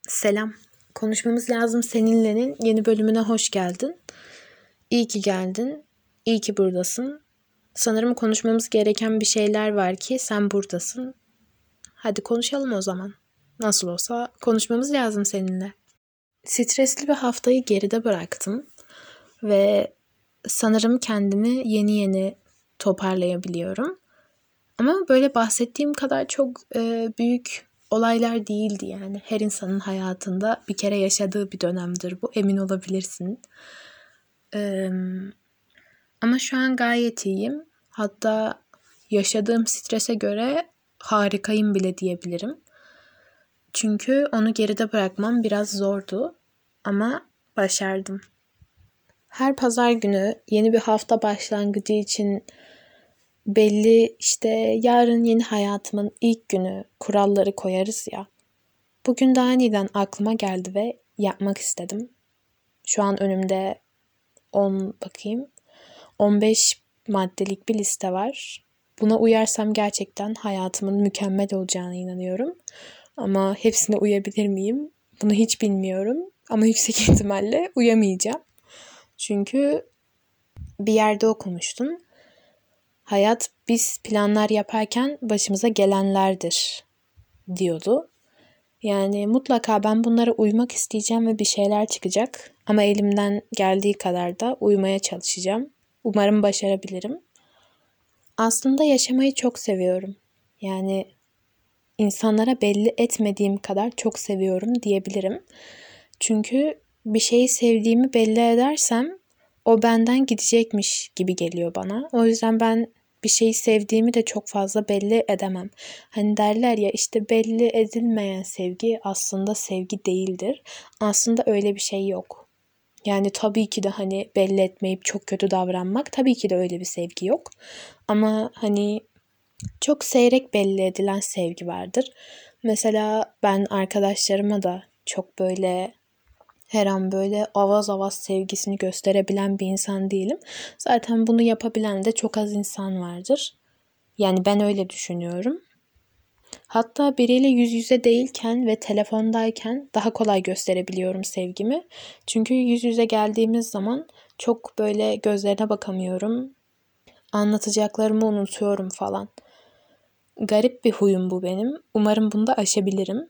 Selam. Konuşmamız lazım seninle'nin yeni bölümüne hoş geldin. İyi ki geldin. İyi ki buradasın. Sanırım konuşmamız gereken bir şeyler var ki sen buradasın. Hadi konuşalım o zaman. Nasıl olsa konuşmamız lazım seninle. Stresli bir haftayı geride bıraktım ve sanırım kendimi yeni yeni toparlayabiliyorum. Ama böyle bahsettiğim kadar çok büyük olaylar değildi yani. Her insanın hayatında bir kere yaşadığı bir dönemdir bu, emin olabilirsin. Ama şu an gayet iyiyim. Hatta yaşadığım strese göre harikayım bile diyebilirim. Çünkü onu geride bırakmam biraz zordu ama başardım. Her pazar günü yeni bir hafta başlangıcı için belli yarın yeni hayatımın ilk günü kuralları koyarız ya. Bugün de aniden aklıma geldi ve yapmak istedim. Şu an önümde 15 maddelik bir liste var. Buna uyarsam gerçekten hayatımın mükemmel olacağına inanıyorum. Ama hepsine uyabilir miyim? Bunu hiç bilmiyorum. Ama yüksek ihtimalle uyamayacağım. Çünkü bir yerde okumuştum. Hayat biz planlar yaparken başımıza gelenlerdir diyordu. Yani mutlaka ben bunlara uymak isteyeceğim ve bir şeyler çıkacak. Ama elimden geldiği kadar da uymaya çalışacağım. Umarım başarabilirim. Aslında yaşamayı çok seviyorum. Yani insanlara belli etmediğim kadar çok seviyorum diyebilirim. Çünkü bir şeyi sevdiğimi belli edersem o benden gidecekmiş gibi geliyor bana. O yüzden ben bir şeyi sevdiğimi de çok fazla belli edemem. Hani derler ya belli edilmeyen sevgi aslında sevgi değildir. Aslında öyle bir şey yok. Yani tabii ki de belli etmeyip çok kötü davranmak, tabii ki de öyle bir sevgi yok. Ama çok seyrek belli edilen sevgi vardır. Mesela ben arkadaşlarıma da çok her an avaz avaz sevgisini gösterebilen bir insan değilim. Zaten bunu yapabilen de çok az insan vardır. Yani ben öyle düşünüyorum. Hatta biriyle yüz yüze değilken ve telefondayken daha kolay gösterebiliyorum sevgimi. Çünkü yüz yüze geldiğimiz zaman çok gözlerine bakamıyorum. Anlatacaklarımı unutuyorum falan. Garip bir huyum bu benim. Umarım bunu da aşabilirim.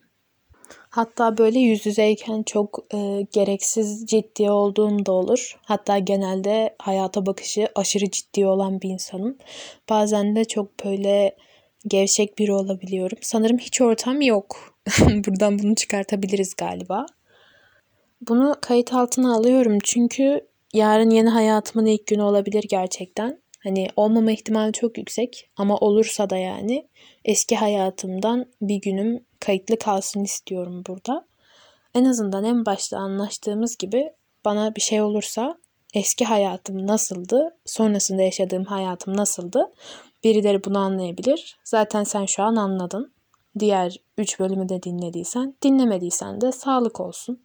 Hatta yüz yüzeyken çok gereksiz ciddi olduğum da olur. Hatta genelde hayata bakışı aşırı ciddi olan bir insanım. Bazen de çok gevşek biri olabiliyorum. Sanırım hiç ortam yok. Buradan bunu çıkartabiliriz galiba. Bunu kayıt altına alıyorum çünkü yarın yeni hayatımın ilk günü olabilir gerçekten. Olmama ihtimali çok yüksek ama olursa da eski hayatımdan bir günüm kayıtlı kalsın istiyorum burada. En azından en başta anlaştığımız gibi bana bir şey olursa eski hayatım nasıldı, sonrasında yaşadığım hayatım nasıldı, birileri bunu anlayabilir. Zaten sen şu an anladın. Diğer 3 bölümü de dinlemediysen de sağlık olsun.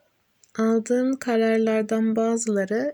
Aldığım kararlardan bazıları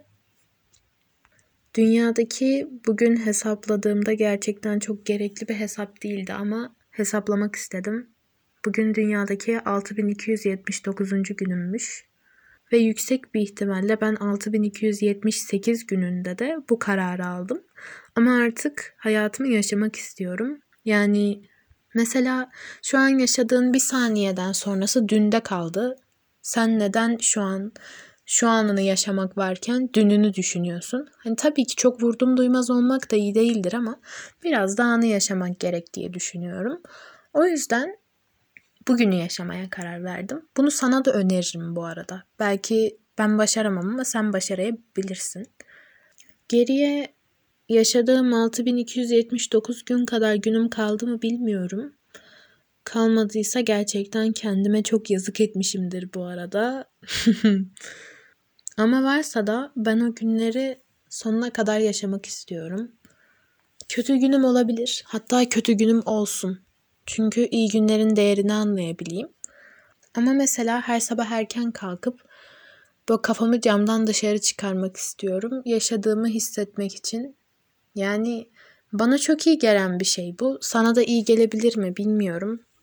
dünyadaki bugün hesapladığımda gerçekten çok gerekli bir hesap değildi ama hesaplamak istedim. Bugün dünyadaki 6279. günümmüş. Ve yüksek bir ihtimalle ben 6278 gününde de bu kararı aldım. Ama artık hayatımı yaşamak istiyorum. Yani mesela şu an yaşadığın bir saniyeden sonrası dünde kaldı. Sen neden şu anını yaşamak varken dününü düşünüyorsun? Tabii ki çok vurdum duymaz olmak da iyi değildir ama biraz da anı yaşamak gerek diye düşünüyorum. O yüzden bugünü yaşamaya karar verdim. Bunu sana da öneririm bu arada. Belki ben başaramam ama sen başarabilirsin. Geriye yaşadığım 6279 gün kadar günüm kaldı mı bilmiyorum. Kalmadıysa gerçekten kendime çok yazık etmişimdir bu arada. Ama varsa da ben o günleri sonuna kadar yaşamak istiyorum. Kötü günüm olabilir. Hatta kötü günüm olsun. Çünkü iyi günlerin değerini anlayabileyim. Ama mesela her sabah erken kalkıp kafamı camdan dışarı çıkarmak istiyorum. Yaşadığımı hissetmek için. Yani bana çok iyi gelen bir şey bu. Sana da iyi gelebilir mi bilmiyorum.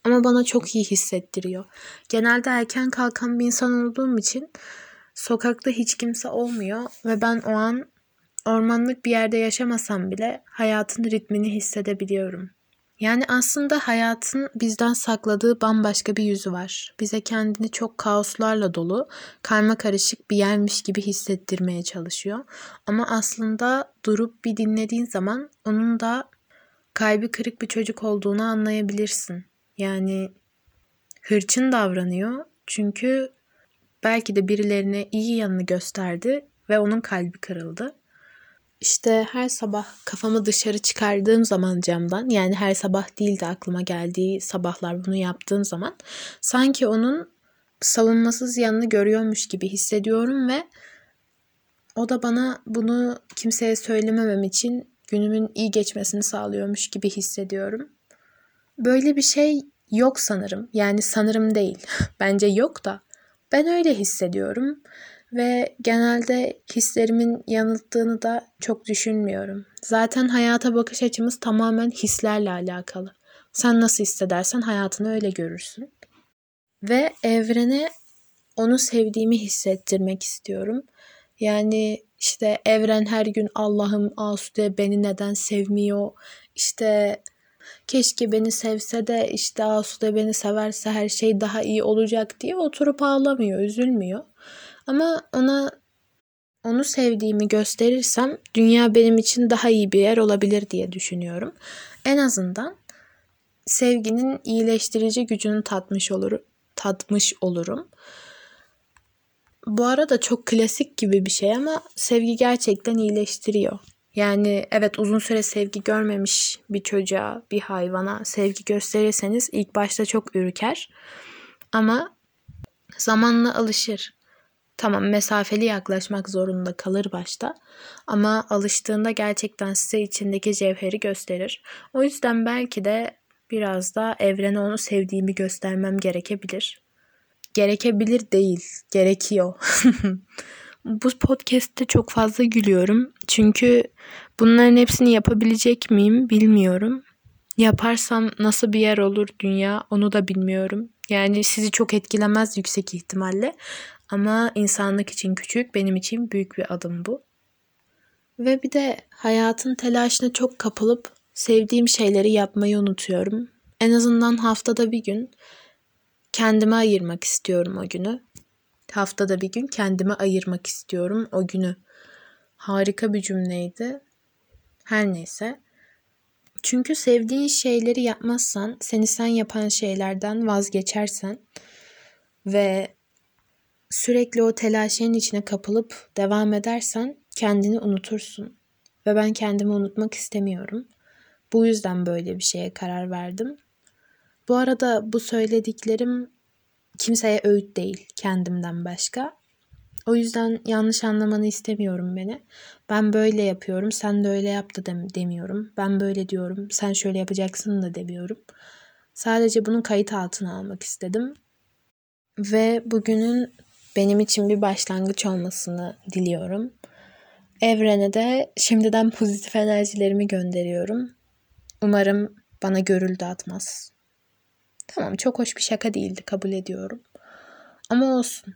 Ama bana çok iyi hissettiriyor. Genelde erken kalkan bir insan olduğum için sokakta hiç kimse olmuyor ve ben o an ormanlık bir yerde yaşamasam bile hayatın ritmini hissedebiliyorum. Yani aslında hayatın bizden sakladığı bambaşka bir yüzü var. Bize kendini çok kaoslarla dolu, karmakarışık bir yermiş gibi hissettirmeye çalışıyor. Ama aslında durup bir dinlediğin zaman onun da kalbi kırık bir çocuk olduğunu anlayabilirsin. Yani hırçın davranıyor çünkü belki de birilerine iyi yanını gösterdi ve onun kalbi kırıldı. İşte her sabah kafamı dışarı çıkardığım zaman camdan, yani her sabah değil de aklıma geldiği sabahlar bunu yaptığım zaman sanki onun savunmasız yanını görüyormuş gibi hissediyorum ve o da bana bunu kimseye söylememem için günümün iyi geçmesini sağlıyormuş gibi hissediyorum. Böyle bir şey yok sanırım. Yani sanırım değil. Bence yok da ben öyle hissediyorum ve genelde hislerimin yanılttığını da çok düşünmüyorum. Zaten hayata bakış açımız tamamen hislerle alakalı. Sen nasıl hissedersen hayatını öyle görürsün. Ve evrene onu sevdiğimi hissettirmek istiyorum. Yani işte evren her gün Allah'ım Asude beni neden sevmiyor? İşte keşke beni sevse de işte Asude beni severse her şey daha iyi olacak diye oturup ağlamıyor, üzülmüyor. Ama onu sevdiğimi gösterirsem dünya benim için daha iyi bir yer olabilir diye düşünüyorum. En azından sevginin iyileştirici gücünü tatmış olurum. Bu arada çok klasik gibi bir şey ama sevgi gerçekten iyileştiriyor. Yani evet, uzun süre sevgi görmemiş bir çocuğa, bir hayvana sevgi gösterirseniz ilk başta çok ürker. Ama zamanla alışır. Tamam, mesafeli yaklaşmak zorunda kalır başta. Ama alıştığında gerçekten size içindeki cevheri gösterir. O yüzden belki de biraz da evrene onu sevdiğimi göstermem gerekebilir. Gerekebilir değil, gerekiyor. Bu podcast'te çok fazla gülüyorum. Çünkü bunların hepsini yapabilecek miyim bilmiyorum. Yaparsam nasıl bir yer olur dünya onu da bilmiyorum. Yani sizi çok etkilemez yüksek ihtimalle. Ama insanlık için küçük, benim için büyük bir adım bu. Ve bir de hayatın telaşına çok kapılıp sevdiğim şeyleri yapmayı unutuyorum. En azından haftada bir gün kendime ayırmak istiyorum o günü. Haftada bir gün kendime ayırmak istiyorum o günü. Harika bir cümleydi. Her neyse. Çünkü sevdiğin şeyleri yapmazsan, seni sen yapan şeylerden vazgeçersen ve sürekli o telaşenin içine kapılıp devam edersen kendini unutursun. Ve ben kendimi unutmak istemiyorum. Bu yüzden böyle bir şeye karar verdim. Bu arada bu söylediklerim kimseye öğüt değil, kendimden başka. O yüzden yanlış anlamanı istemiyorum beni. Ben böyle yapıyorum, sen de öyle yap da demiyorum. Ben böyle diyorum, sen şöyle yapacaksın da demiyorum. Sadece bunu kayıt altına almak istedim. Ve bugünün benim için bir başlangıç olmasını diliyorum. Evrene de şimdiden pozitif enerjilerimi gönderiyorum. Umarım bana görüldü atmaz. Tamam, çok hoş bir şaka değildi, kabul ediyorum. Ama olsun.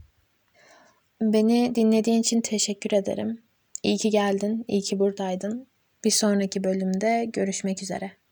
Beni dinlediğin için teşekkür ederim. İyi ki geldin, iyi ki buradaydın. Bir sonraki bölümde görüşmek üzere.